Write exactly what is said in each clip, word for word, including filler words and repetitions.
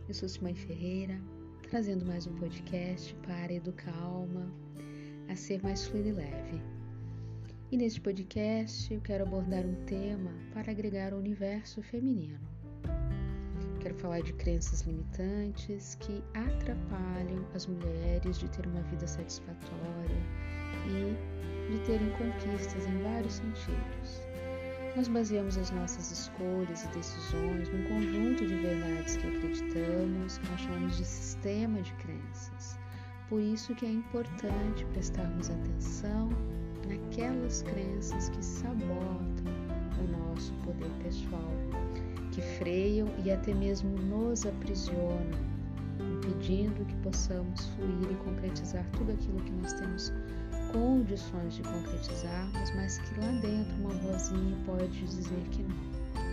Eu sou Simone Ferreira, trazendo mais um podcast para educar a alma a ser mais fluida e leve. E neste podcast eu quero abordar um tema para agregar ao universo feminino. Quero falar de crenças limitantes que atrapalham as mulheres de ter uma vida satisfatória e de terem conquistas em vários sentidos. Nós baseamos as nossas escolhas e decisões num conjunto de verdades que acreditamos, que nós chamamos de sistema de crenças. Por isso que é importante prestarmos atenção naquelas crenças que sabotam o nosso poder pessoal, que freiam e até mesmo nos aprisionam, impedindo que possamos fluir e concretizar tudo aquilo que nós temos condições de concretizarmos, mas que lá dentro uma vozinha pode dizer que não.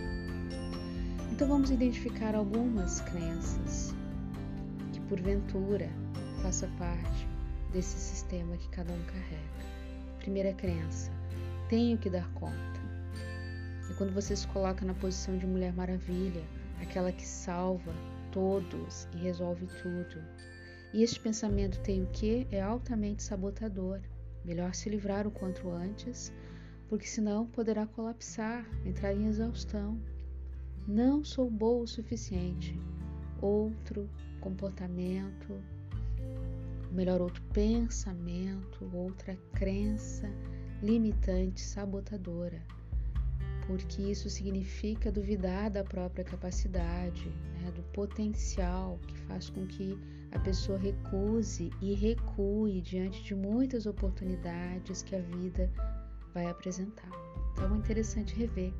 Então vamos identificar algumas crenças que porventura faça parte desse sistema que cada um carrega. Primeira crença: tenho que dar conta. E quando você se coloca na posição de Mulher Maravilha, aquela que salva todos e resolve tudo. E este pensamento tenho que é altamente sabotador. Melhor se livrar o quanto antes, porque senão poderá colapsar, entrar em exaustão. Não sou boa o suficiente. Outro comportamento, melhor outro pensamento, outra crença limitante, sabotadora. Porque isso significa duvidar da própria capacidade, né, do potencial, que faz com que a pessoa recuse e recue diante de muitas oportunidades que a vida vai apresentar. Então é interessante rever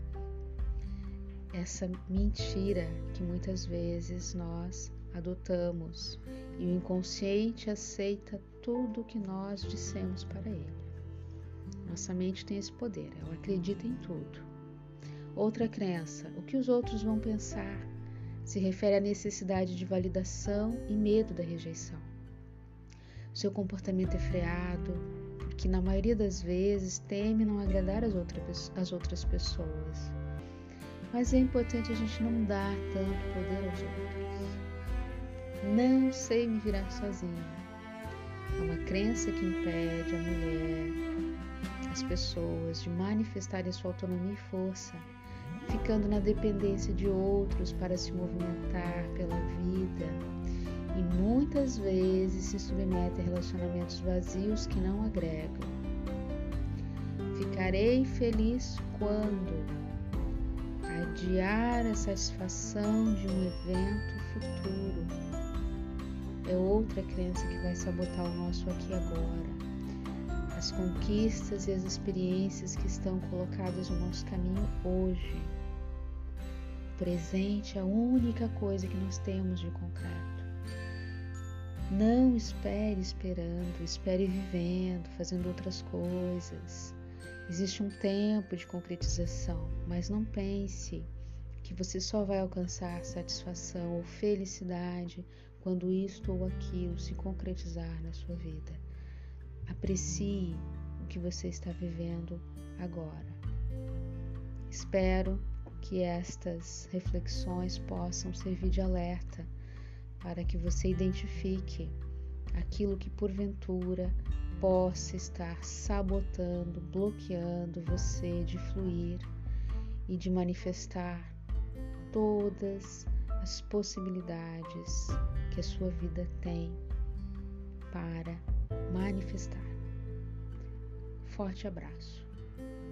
essa mentira que muitas vezes nós adotamos e o inconsciente aceita tudo o que nós dissemos para ele. Nossa mente tem esse poder, ela acredita em tudo. Outra crença: o que os outros vão pensar? Se refere à necessidade de validação e medo da rejeição. Seu comportamento é freado, porque na maioria das vezes teme não agradar as outras, as outras pessoas. Mas é importante a gente não dar tanto poder aos outros. Não sei me virar sozinha. É uma crença que impede a mulher, as pessoas, de manifestarem sua autonomia e força, ficando na dependência de outros para se movimentar pela vida e muitas vezes se submete a relacionamentos vazios que não agregam. Ficarei feliz quando adiar a satisfação de um evento futuro. É outra crença que vai sabotar o nosso aqui e agora. As conquistas e as experiências que estão colocadas no nosso caminho hoje. O presente é a única coisa que nós temos de concreto. Não espere esperando, espere vivendo, fazendo outras coisas. Existe um tempo de concretização, mas não pense que você só vai alcançar satisfação ou felicidade quando isto ou aquilo se concretizar na sua vida. Aprecie o que você está vivendo agora. Espero que estas reflexões possam servir de alerta para que você identifique aquilo que porventura possa estar sabotando, bloqueando você de fluir e de manifestar todas as possibilidades que a sua vida tem para manifestar. Forte abraço.